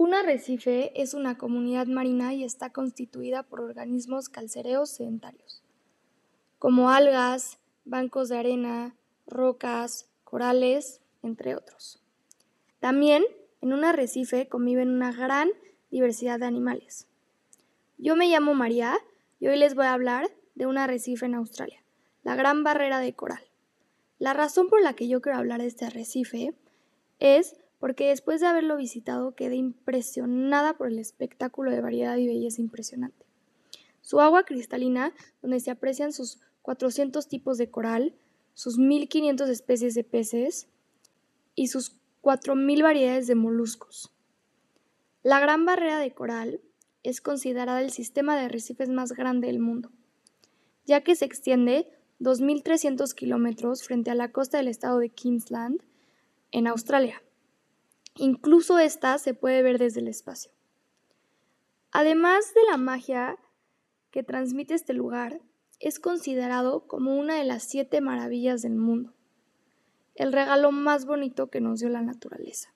Un arrecife es una comunidad marina y está constituida por organismos calcáreos sedentarios, como algas, bancos de arena, rocas, corales, entre otros. También en un arrecife conviven una gran diversidad de animales. Yo me llamo María y hoy les voy a hablar de un arrecife en Australia, la Gran Barrera de Coral. La razón por la que yo quiero hablar de este arrecife es porque después de haberlo visitado quedé impresionada por el espectáculo de variedad y belleza impresionante. Su agua cristalina, donde se aprecian sus 400 tipos de coral, sus 1500 especies de peces y sus 4000 variedades de moluscos. La Gran Barrera de Coral es considerada el sistema de arrecifes más grande del mundo, ya que se extiende 2.300 kilómetros frente a la costa del estado de Queensland, en Australia. Incluso esta se puede ver desde el espacio. Además de la magia que transmite este lugar, es considerado como una de las 7 maravillas del mundo, el regalo más bonito que nos dio la naturaleza.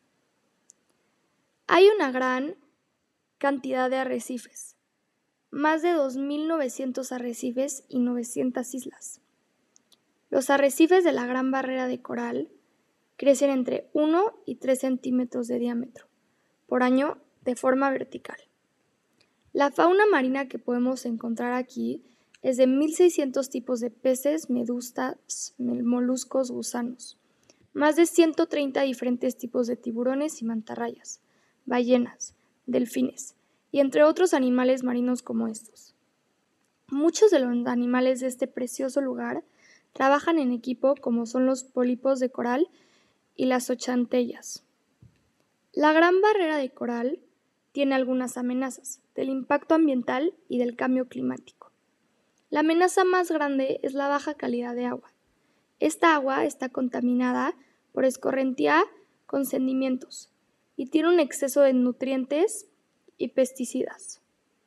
Hay una gran cantidad de arrecifes, más de 2.900 arrecifes y 900 islas. Los arrecifes de la Gran Barrera de Coral crecen entre 1 y 3 centímetros de diámetro por año de forma vertical. La fauna marina que podemos encontrar aquí es de 1.600 tipos de peces, medusas, moluscos, gusanos, más de 130 diferentes tipos de tiburones y mantarrayas, ballenas, delfines, y entre otros animales marinos como estos. Muchos de los animales de este precioso lugar trabajan en equipo, como son los pólipos de coral y las ochantellas. La Gran Barrera de Coral tiene algunas amenazas del impacto ambiental y del cambio climático. La amenaza más grande es la baja calidad de agua. Esta agua está contaminada por escorrentía con sedimentos y tiene un exceso de nutrientes y pesticidas.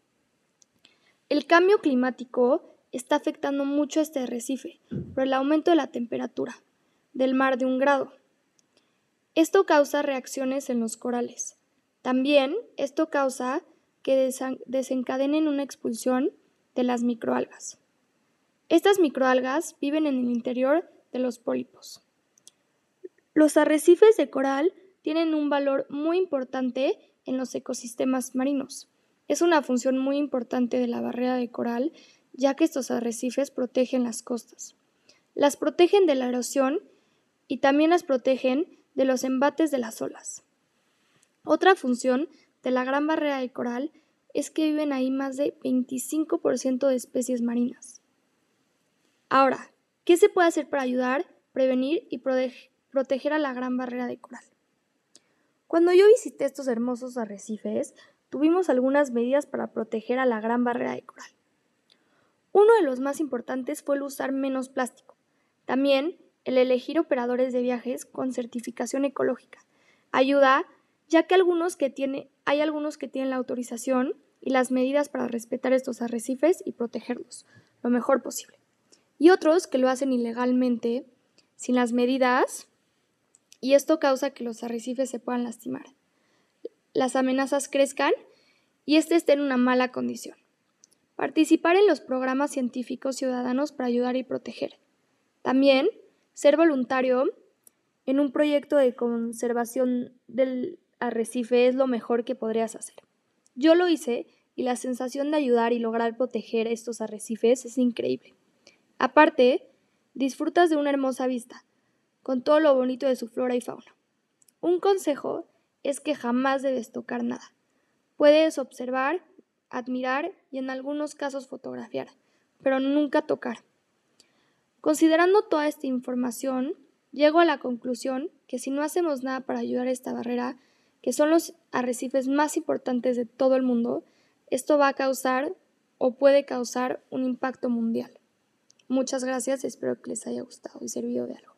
El cambio climático está afectando mucho a este arrecife por el aumento de la temperatura del mar de 1 grado. Esto causa reacciones en los corales. También esto causa que desencadenen una expulsión de las microalgas. Estas microalgas viven en el interior de los pólipos. Los arrecifes de coral tienen un valor muy importante en los ecosistemas marinos. Es una función muy importante de la barrera de coral, ya que estos arrecifes protegen las costas. Las protegen de la erosión y también las protegen de los embates de las olas. Otra función de la Gran Barrera de Coral es que viven ahí más de 25% de especies marinas. Ahora, ¿qué se puede hacer para ayudar, prevenir y proteger a la Gran Barrera de Coral? Cuando yo visité estos hermosos arrecifes, tuvimos algunas medidas para proteger a la Gran Barrera de Coral. Uno de los más importantes fue el usar menos plástico. También el elegir operadores de viajes con certificación ecológica ayuda, ya que hay algunos que tienen la autorización y las medidas para respetar estos arrecifes y protegerlos lo mejor posible. Y otros que lo hacen ilegalmente, sin las medidas, y esto causa que los arrecifes se puedan lastimar, las amenazas crezcan y esté en una mala condición. Participar en los programas científicos ciudadanos para ayudar y proteger. También ser voluntario en un proyecto de conservación del arrecife es lo mejor que podrías hacer. Yo lo hice y la sensación de ayudar y lograr proteger estos arrecifes es increíble. Aparte, disfrutas de una hermosa vista, con todo lo bonito de su flora y fauna. Un consejo es que jamás debes tocar nada. Puedes observar, admirar y en algunos casos fotografiar, pero nunca tocar. Considerando toda esta información, llego a la conclusión que si no hacemos nada para ayudar a esta barrera, que son los arrecifes más importantes de todo el mundo, esto va a causar o puede causar un impacto mundial. Muchas gracias, espero que les haya gustado y servido de algo.